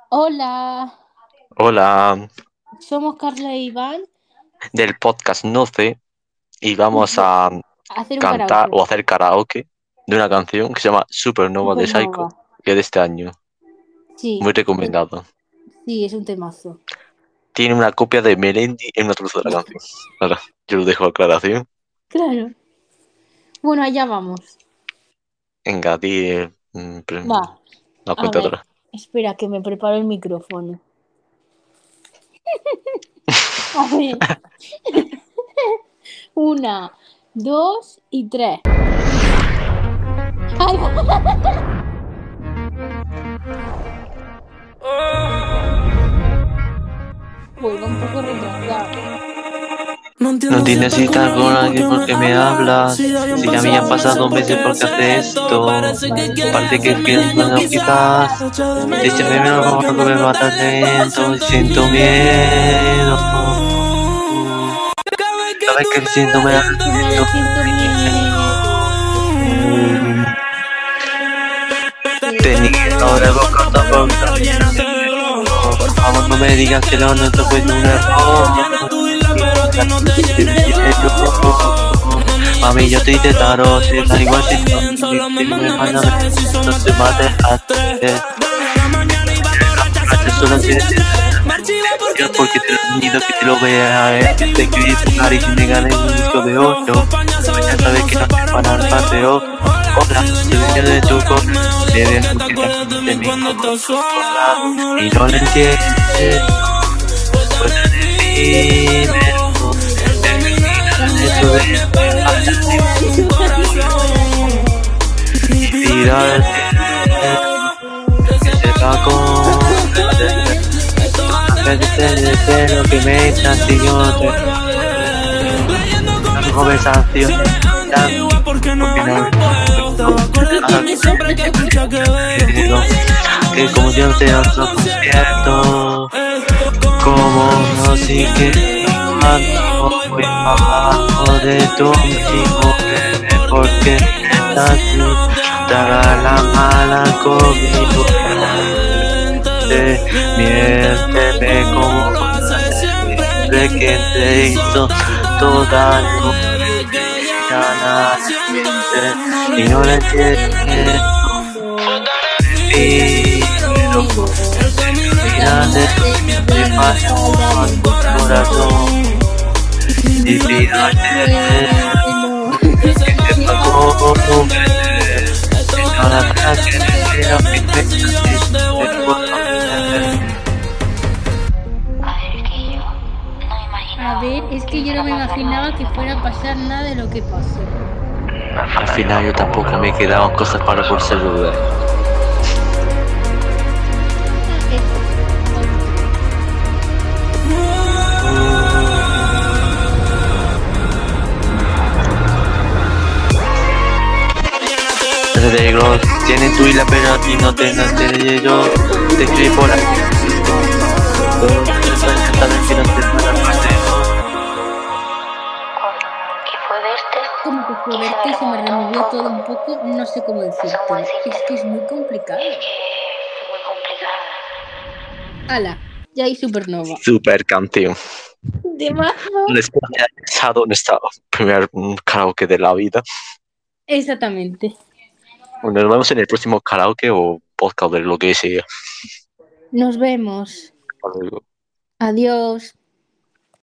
Hola, Hola, somos Carla e Iván del podcast No sé y y vamos a hacer un cantar karaoke. o hacer karaoke de una canción que se llama Supernova de Supernova. Psycho, que es de este año. Sí, Muy recomendado. sí, es un temazo. Tiene una copia de Melendi en una trozo de la canción. Ahora, yo lo dejo a aclaración. Claro. Bueno, allá vamos. Venga, di Va, la a cuenta ver, atrás. espera que me preparo el micrófono. A ver, una, dos y tres. Ay, voy va un poco retrasada. No No entiendo si entiendes estás si con estás con alguien, ¿por qué alguien me porque me hablas? Si hablas. ya habían Si ya me han pasado meses, pasado ¿por meses qué porque haces hace esto? esto. Parece que quieres Parece que hacerme quieres daño, daño quizás. quizás. Echa de menos Échame algo menos que algo me que me mata mata lento. lento y Siento siento miedo. miedo. Cada vez que Sabes tú que me siento ves, me da siento Que me miedo. siento miedo. Te Tenía niego no la debo boca, cortar pero por me lo llenas de glow. Por por favor, favor, no no me me digas digas que que lo lo nuestro nuestro fue fue un un error. error. Llena tu isla, pero a ti no te llené yo. Yo, Una niña mami, tú yo se te hice taró, taro, da si igual da si igual si estamos estás bien. Solo me bien, me manda manda mensajes y son mensajes, más te de mate las a tres. tres. Desde la mañana y va borracha, solo Solo con quieres cita. Me archiva porque yo te porque da te lo miedo que pido te que te lo vea. vea, Te escribí te por escribí por Cari Cari y si me me gané gané un un disco disco de de oro. 8. Compañía sabe Ya que sabes no que se no te para un para el paseo. paseo. Hola, Hola, soy soy dueño de dueño tu de tu corazón. corazón, Me odia me odias porque te porque te acuerdas de acuerdas de mí mí cuando cuando estás estás sola sola. No lo y no lo entiendes. entiendo. Puedes decírmelo. Dímelo, El camino eso de es mi espalda para dibuja tu corazón. Y y pido al dar cielo que que sepa sepa comprender comprender. esto antes de Agradecer que desde lo que me echas no y te yo te vuelva a ver. Leyendo las conversaciones conversaciones antiguas porque porque no, no no puedo. Te va a acordar de mí siempre que escucha que veo. quiero Me llena como que yo como te yo te otro otro concierto. concierto, Como como no no si sí que quedando ando voy voy pa' abajo abajo de de tu tu amigo, amigo, bebé, bebé, porque porque así así no te te haga haga la mala conmigo. miente, miénteme Miénteme como como lo cuando haces hace siempre que siempre que te te hizo hizo tanto todo daño, daño, desde que ya ya nada nada siente, siente no lo y no lo entiendo. entiende. Pero El camino El mírate camino es mi de de mi espalda espalda dibuja pasión de tu tu tu corazón corazón. corazón. Y y pido al pido al cielo Cielo, que sepa que sepa comprender comprender esto que antes cada vez que de que me te lo que me mientas y yo así no te te vuelvo a vuelvo a ver. ver. A ver, es que yo no a imaginaba ver, es que que yo no fuera me a pasar nada de imaginaba lo que que fuera a pasó. pasar nada de lo que pasó. Al final yo tampoco me quedaban cosas para resolver. Eso. Desde de Gross tienen tu isla, pero a ti no te enganché yo. Te escribí por la sabes que no te para el paseo. Que fue verte Como que fue y se verte me y se me removió todo un removió todo un poco. poco, no sé cómo No sé cómo decírtelo. Es que es decírtelo. muy Es complicado. que muy complicado. Ala, ya hay supernova. Super canción. De mazo. Después de haber estado en esta primer karaoke de la vida. Exactamente. Bueno, nos vemos en el próximo karaoke o podcast de lo que sea. Nos vemos. Hasta luego. Adiós.